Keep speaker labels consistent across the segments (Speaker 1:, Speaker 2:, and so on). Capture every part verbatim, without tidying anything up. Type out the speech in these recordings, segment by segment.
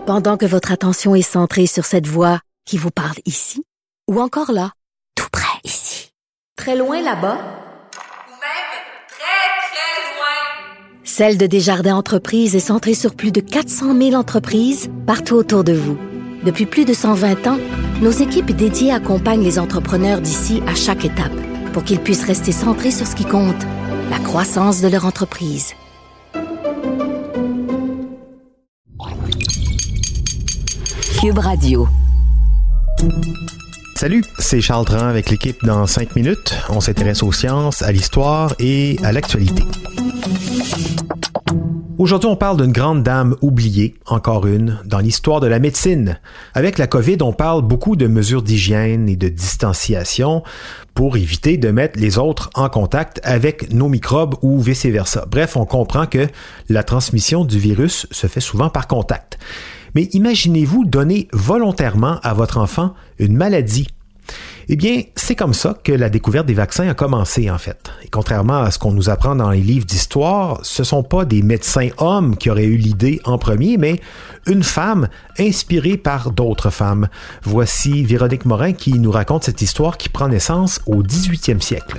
Speaker 1: Pendant que votre attention est centrée sur cette voix qui vous parle ici, ou encore là, tout près ici, très loin là-bas,
Speaker 2: ou même très, très loin.
Speaker 1: Celle de Desjardins Entreprises est centrée sur plus de quatre cent mille entreprises partout autour de vous. Depuis plus de cent vingt ans, nos équipes dédiées accompagnent les entrepreneurs d'ici à chaque étape pour qu'ils puissent rester centrés sur ce qui compte, la croissance de leur entreprise.
Speaker 3: Cube Radio.
Speaker 4: Salut, c'est Charles Dran avec l'équipe dans cinq minutes. On s'intéresse aux sciences, à l'histoire et à l'actualité. Aujourd'hui, on parle d'une grande dame oubliée, encore une, dans l'histoire de la médecine. Avec la COVID, on parle beaucoup de mesures d'hygiène et de distanciation pour éviter de mettre les autres en contact avec nos microbes ou vice-versa. Bref, on comprend que la transmission du virus se fait souvent par contact. Mais imaginez-vous donner volontairement à votre enfant une maladie. Eh bien, c'est comme ça que la découverte des vaccins a commencé, en fait. Et contrairement à ce qu'on nous apprend dans les livres d'histoire, ce ne sont pas des médecins hommes qui auraient eu l'idée en premier, mais une femme inspirée par d'autres femmes. Voici Véronique Morin qui nous raconte cette histoire qui prend naissance au dix-huitième siècle.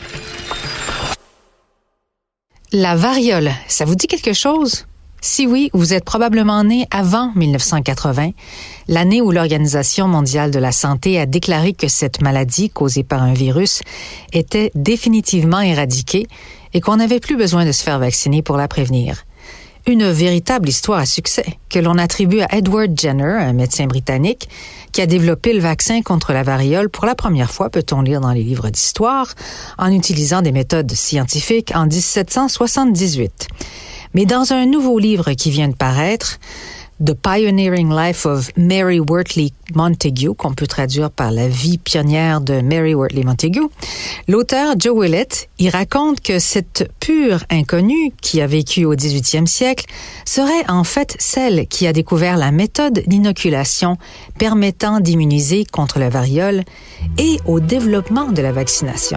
Speaker 5: La variole, ça vous dit quelque chose? Si oui, vous êtes probablement né avant dix-neuf cent quatre-vingts, l'année où l'Organisation mondiale de la santé a déclaré que cette maladie causée par un virus était définitivement éradiquée et qu'on n'avait plus besoin de se faire vacciner pour la prévenir. Une véritable histoire à succès que l'on attribue à Edward Jenner, un médecin britannique, qui a développé le vaccin contre la variole pour la première fois, peut-on lire dans les livres d'histoire, en utilisant des méthodes scientifiques en dix-sept cent soixante-dix-huit. Mais dans un nouveau livre qui vient de paraître, The Pioneering Life of Mary Wortley Montagu, qu'on peut traduire par la vie pionnière de Mary Wortley Montagu, l'auteur Joe Willett y raconte que cette pure inconnue qui a vécu au dix-huitième siècle serait en fait celle qui a découvert la méthode d'inoculation permettant d'immuniser contre la variole et au développement de la vaccination.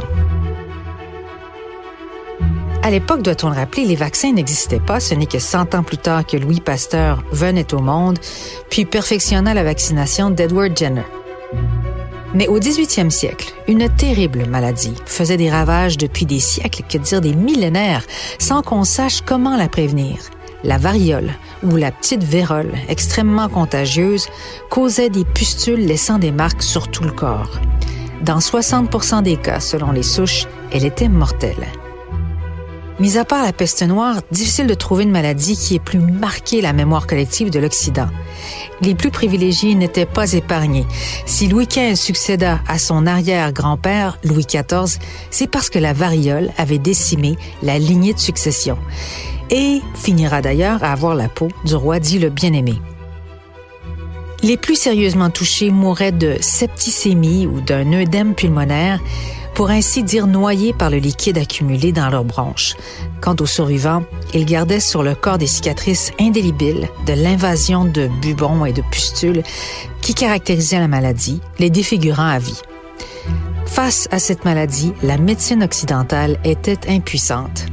Speaker 5: À l'époque, doit-on le rappeler, les vaccins n'existaient pas. Ce n'est que cent ans plus tard que Louis Pasteur venait au monde, puis perfectionna la vaccination d'Edward Jenner. Mais au dix-huitième siècle, une terrible maladie faisait des ravages depuis des siècles, que dire des millénaires, sans qu'on sache comment la prévenir. La variole, ou la petite vérole, extrêmement contagieuse, causait des pustules laissant des marques sur tout le corps. Dans soixante pour cent des cas, selon les souches, elle était mortelle. Mis à part la peste noire, difficile de trouver une maladie qui ait plus marqué la mémoire collective de l'Occident. Les plus privilégiés n'étaient pas épargnés. Si Louis quinze succéda à son arrière-grand-père, Louis quatorze, c'est parce que la variole avait décimé la lignée de succession et finira d'ailleurs à avoir la peau du roi dit le bien-aimé. Les plus sérieusement touchés mouraient de septicémie ou d'un œdème pulmonaire, pour ainsi dire noyés par le liquide accumulé dans leurs bronches. Quant aux survivants, ils gardaient sur le corps des cicatrices indélébiles de l'invasion de bubons et de pustules qui caractérisaient la maladie, les défigurant à vie. Face à cette maladie, la médecine occidentale était impuissante.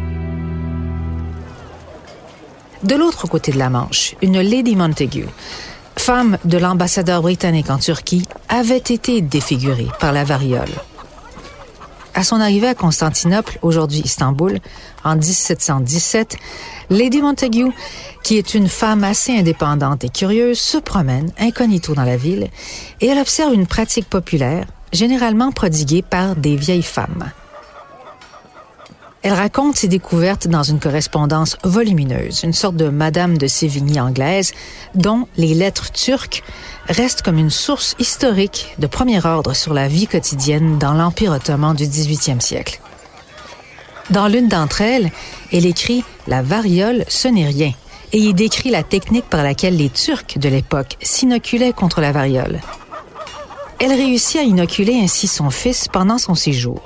Speaker 5: De l'autre côté de la Manche, une Lady Montagu, femme de l'ambassadeur britannique en Turquie, avait été défigurée par la variole. À son arrivée à Constantinople, aujourd'hui Istanbul, en dix-sept cent dix-sept, Lady Montagu, qui est une femme assez indépendante et curieuse, se promène incognito dans la ville et elle observe une pratique populaire, généralement prodiguée par des vieilles femmes. Elle raconte ses découvertes dans une correspondance volumineuse, une sorte de Madame de Sévigné anglaise, dont les lettres turques restent comme une source historique de premier ordre sur la vie quotidienne dans l'Empire ottoman du dix-huitième siècle. Dans l'une d'entre elles, elle écrit « La variole, ce n'est rien » et y décrit la technique par laquelle les Turcs de l'époque s'inoculaient contre la variole. Elle réussit à inoculer ainsi son fils pendant son séjour.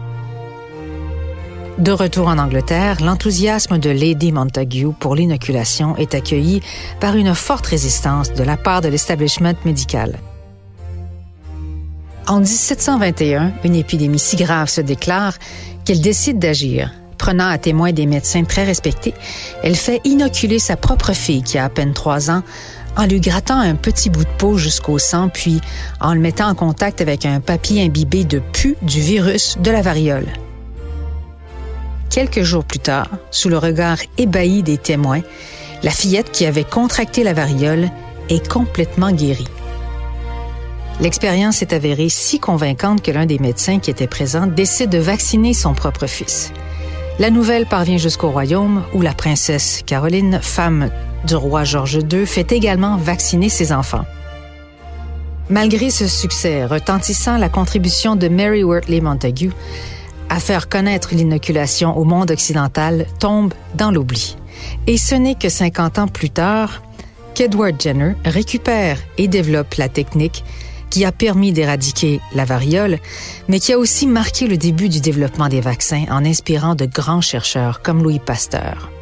Speaker 5: De retour en Angleterre, l'enthousiasme de Lady Montagu pour l'inoculation est accueilli par une forte résistance de la part de l'establishment médical. En dix-sept cent vingt et un, une épidémie si grave se déclare qu'elle décide d'agir. Prenant à témoin des médecins très respectés, elle fait inoculer sa propre fille, qui a à peine trois ans, en lui grattant un petit bout de peau jusqu'au sang, puis en le mettant en contact avec un papier imbibé de pus du virus de la variole. Quelques jours plus tard, sous le regard ébahi des témoins, la fillette qui avait contracté la variole est complètement guérie. L'expérience est avérée si convaincante que l'un des médecins qui était présent décide de vacciner son propre fils. La nouvelle parvient jusqu'au royaume où la princesse Caroline, femme du roi George deux, fait également vacciner ses enfants. Malgré ce succès retentissant, la contribution de Mary Wortley Montagu à faire connaître l'inoculation au monde occidental tombe dans l'oubli. Et ce n'est que cinquante ans plus tard qu'Edward Jenner récupère et développe la technique qui a permis d'éradiquer la variole, mais qui a aussi marqué le début du développement des vaccins en inspirant de grands chercheurs comme Louis Pasteur.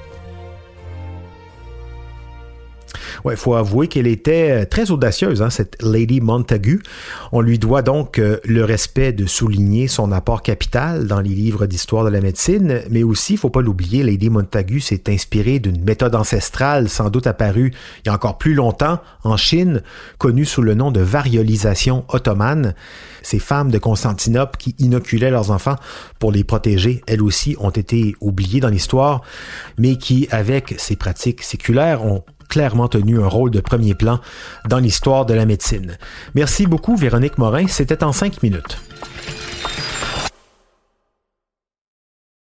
Speaker 4: Ouais, il faut avouer qu'elle était très audacieuse, hein, cette Lady Montagu. On lui doit donc euh, le respect de souligner son apport capital dans les livres d'histoire de la médecine, mais aussi, il faut pas l'oublier, Lady Montagu s'est inspirée d'une méthode ancestrale sans doute apparue il y a encore plus longtemps en Chine, connue sous le nom de variolisation ottomane. Ces femmes de Constantinople qui inoculaient leurs enfants pour les protéger, elles aussi ont été oubliées dans l'histoire, mais qui, avec ces pratiques séculaires, ont clairement tenu un rôle de premier plan dans l'histoire de la médecine. Merci beaucoup, Véronique Morin. C'était en cinq minutes.